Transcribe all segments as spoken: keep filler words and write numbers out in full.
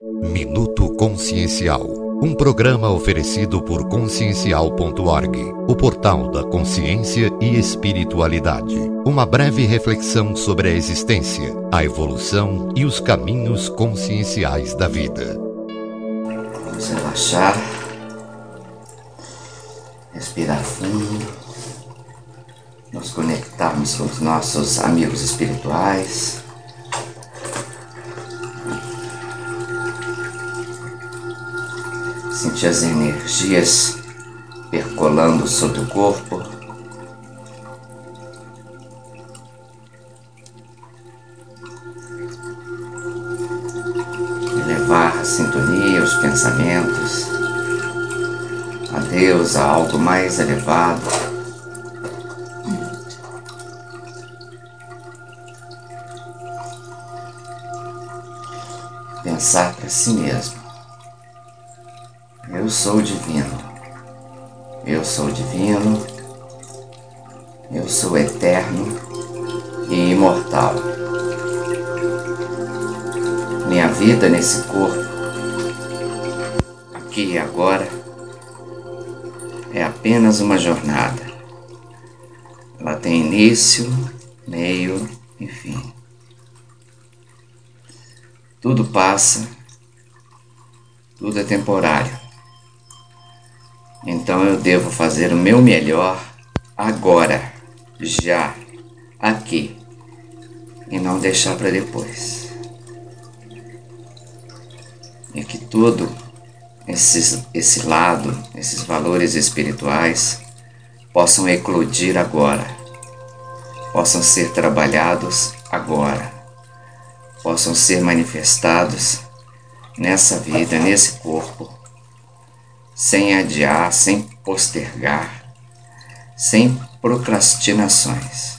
Minuto Consciencial, um programa oferecido por consciencial ponto org, o portal da consciência e espiritualidade. Uma breve reflexão sobre a existência, a evolução e os caminhos conscienciais da vida. Vamos relaxar, respirar fundo, nos conectarmos com os nossos amigos espirituais. Sentir as energias percolando sobre o corpo. Elevar a sintonia, os pensamentos a Deus, a algo mais elevado. Pensar para si mesmo: eu sou divino, eu sou divino, eu sou eterno e imortal. Minha vida nesse corpo, aqui e agora, é apenas uma jornada. Ela tem início, meio e fim. Tudo passa, tudo é temporário. Então eu devo fazer o meu melhor agora, já, aqui, e não deixar para depois. E que tudo, esses, esse lado, esses valores espirituais, possam eclodir agora, possam ser trabalhados agora, possam ser manifestados nessa vida, nesse corpo, sem adiar, sem postergar, sem procrastinações.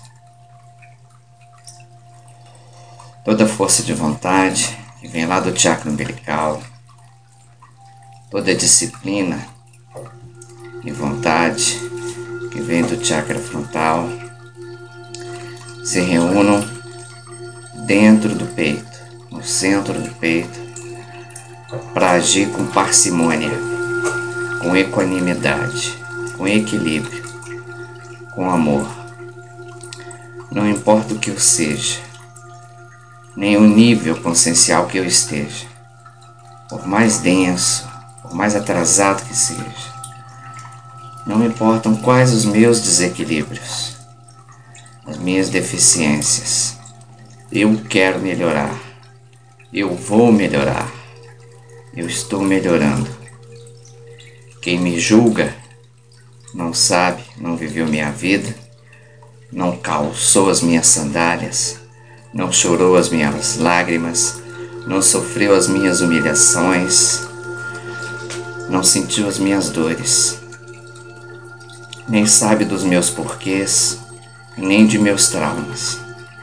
Toda força de vontade que vem lá do chakra umbilical, toda disciplina e vontade que vem do chakra frontal, se reúnam dentro do peito, no centro do peito, para agir com parcimônia, com equanimidade, com equilíbrio, com amor. Não importa o que eu seja, nem o nível consciencial que eu esteja, por mais denso, por mais atrasado que seja, não importam quais os meus desequilíbrios, as minhas deficiências, eu quero melhorar, eu vou melhorar, eu estou melhorando. Quem me julga não sabe, não viveu minha vida, não calçou as minhas sandálias, não chorou as minhas lágrimas, não sofreu as minhas humilhações, não sentiu as minhas dores, nem sabe dos meus porquês, nem de meus traumas.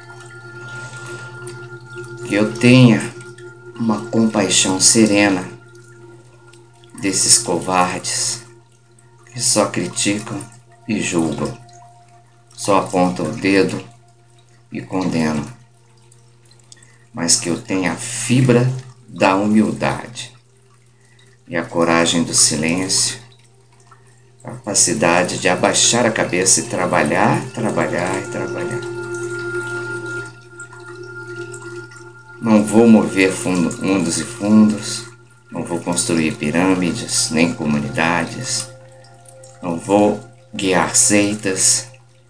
Que eu tenha uma compaixão serena desses covardes que só criticam e julgam, só apontam o dedo e condenam, mas que eu tenha a fibra da humildade e a coragem do silêncio, a capacidade de abaixar a cabeça e trabalhar, trabalhar e trabalhar. Não vou mover fundo, mundos e fundos, não vou construir pirâmides, nem comunidades, não vou guiar seitas,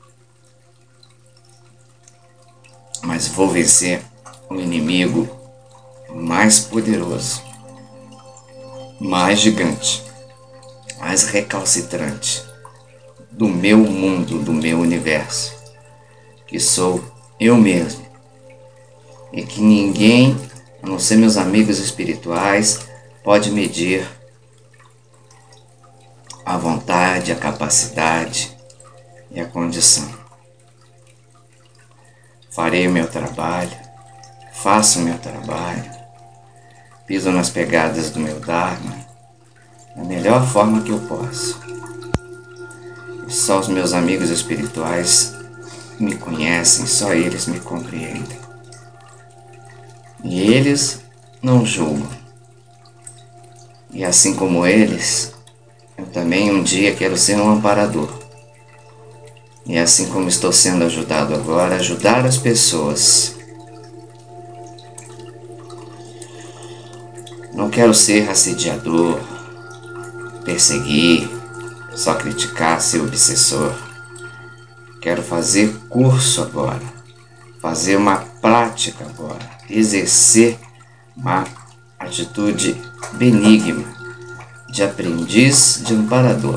mas vou vencer o inimigo mais poderoso, mais gigante, mais recalcitrante do meu mundo, do meu universo, que sou eu mesmo, e que ninguém, a não ser meus amigos espirituais, pode medir a vontade, a capacidade e a condição. Farei o meu trabalho, faço o meu trabalho, piso nas pegadas do meu Dharma da melhor forma que eu posso. E só os meus amigos espirituais me conhecem, só eles me compreendem. E eles não julgam, E assim como eles, eu também um dia quero ser um amparador. E assim como estou sendo ajudado agora, ajudar as pessoas. Não quero ser assediador, perseguir, só criticar, ser obsessor. Quero fazer curso agora, fazer uma prática agora, exercer uma atitude benigna de aprendiz de amparador.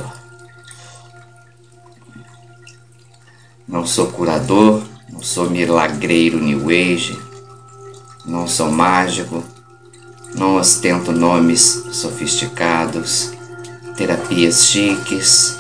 Não sou curador, não sou milagreiro New Age, não sou mágico, não ostento nomes sofisticados, terapias chiques.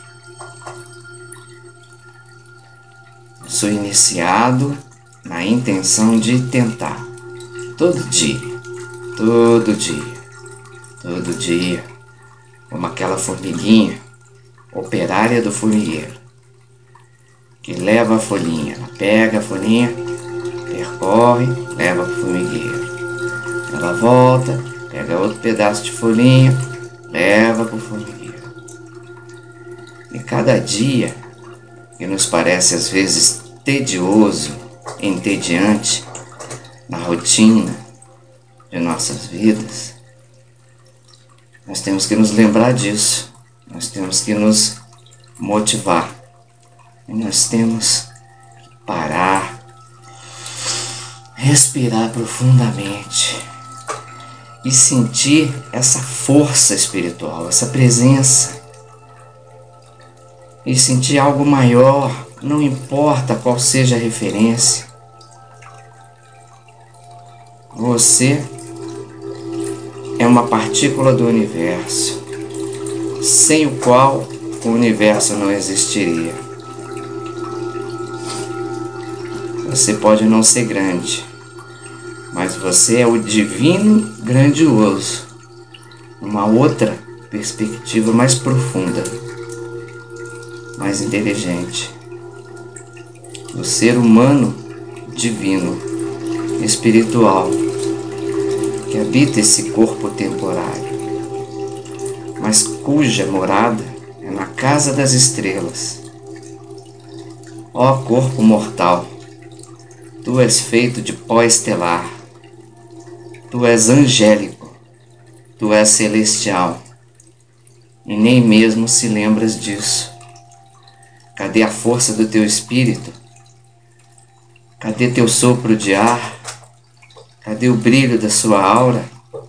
Sou iniciado na intenção de tentar, todo dia, todo dia, todo dia, como aquela formiguinha, operária do formigueiro, que leva a folhinha, ela pega a folhinha, percorre, leva para o formigueiro. Ela volta, pega outro pedaço de folhinha, leva para o formigueiro. E cada dia, que nos parece às vezes tedioso, entediante, na rotina de nossas vidas, nós temos que nos lembrar disso, nós temos que nos motivar, e nós temos que parar, respirar profundamente e sentir essa força espiritual, essa presença, e sentir algo maior, não importa qual seja a referência. Você é uma partícula do universo, sem o qual o universo não existiria. Você pode não ser grande, mas você é o divino grandioso, uma outra perspectiva mais profunda, mais inteligente. O ser humano divino, espiritual, que habita esse corpo temporário, mas cuja morada é na casa das estrelas. Ó corpo mortal, tu és feito de pó estelar, tu és angélico, tu és celestial, e nem mesmo se lembras disso. Cadê a força do teu espírito? Cadê teu sopro de ar? Cadê o brilho da sua aura?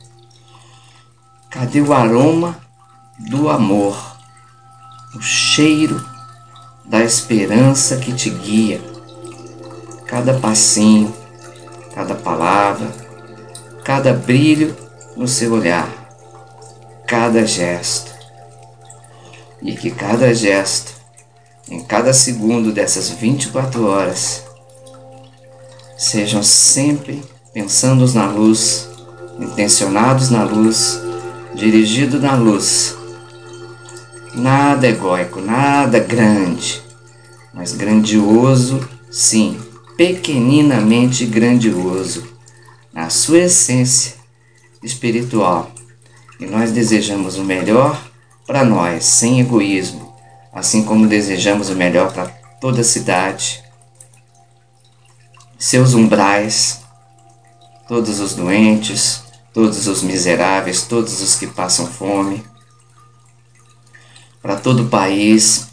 Cadê o aroma do amor? O cheiro da esperança que te guia? Cada passinho, cada palavra, cada brilho no seu olhar, cada gesto. E que cada gesto, em cada segundo dessas vinte e quatro horas, sejam sempre pensandos na luz, intencionados na luz, dirigidos na luz. Nada egóico, nada grande, mas grandioso, sim, pequeninamente grandioso, na sua essência espiritual. E nós desejamos o melhor para nós, sem egoísmo, assim como desejamos o melhor para toda a cidade, seus umbrais, todos os doentes, todos os miseráveis, todos os que passam fome, para todo o país,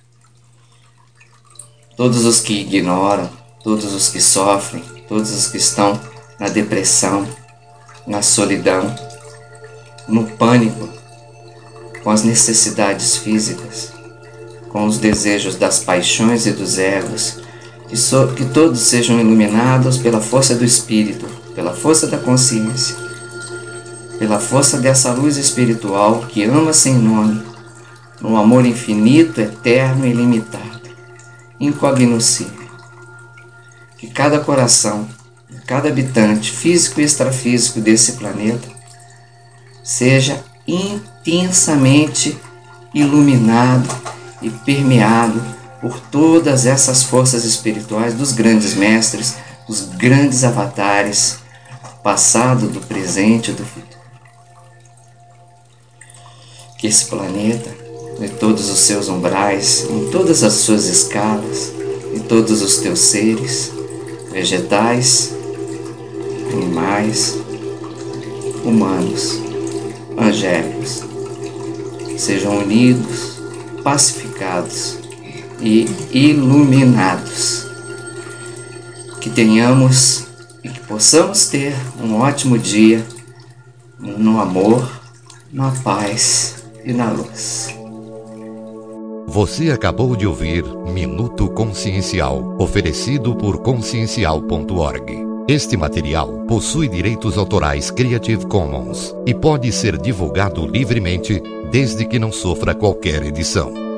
todos os que ignoram, todos os que sofrem, todos os que estão na depressão, na solidão, no pânico, com as necessidades físicas, com os desejos das paixões e dos egos, que, so, que todos sejam iluminados pela força do Espírito, pela força da consciência, pela força dessa luz espiritual que ama sem nome, no amor infinito, eterno e ilimitado, incognoscível. Que cada coração, cada habitante físico e extrafísico desse planeta seja intensamente iluminado e permeado por todas essas forças espirituais dos grandes mestres, dos grandes avatares, do passado, do presente e do futuro. que esse planeta, em todos os seus umbrais, em todas as suas escalas, em todos os teus seres, vegetais, animais, humanos, angélicos, sejam unidos, pacificados e iluminados. Que tenhamos e que possamos ter um ótimo dia no amor, na paz e na luz. Você acabou de ouvir Minuto Consciencial, oferecido por consciencial ponto org. Este material possui direitos autorais Creative Commons e pode ser divulgado livremente desde que não sofra qualquer edição.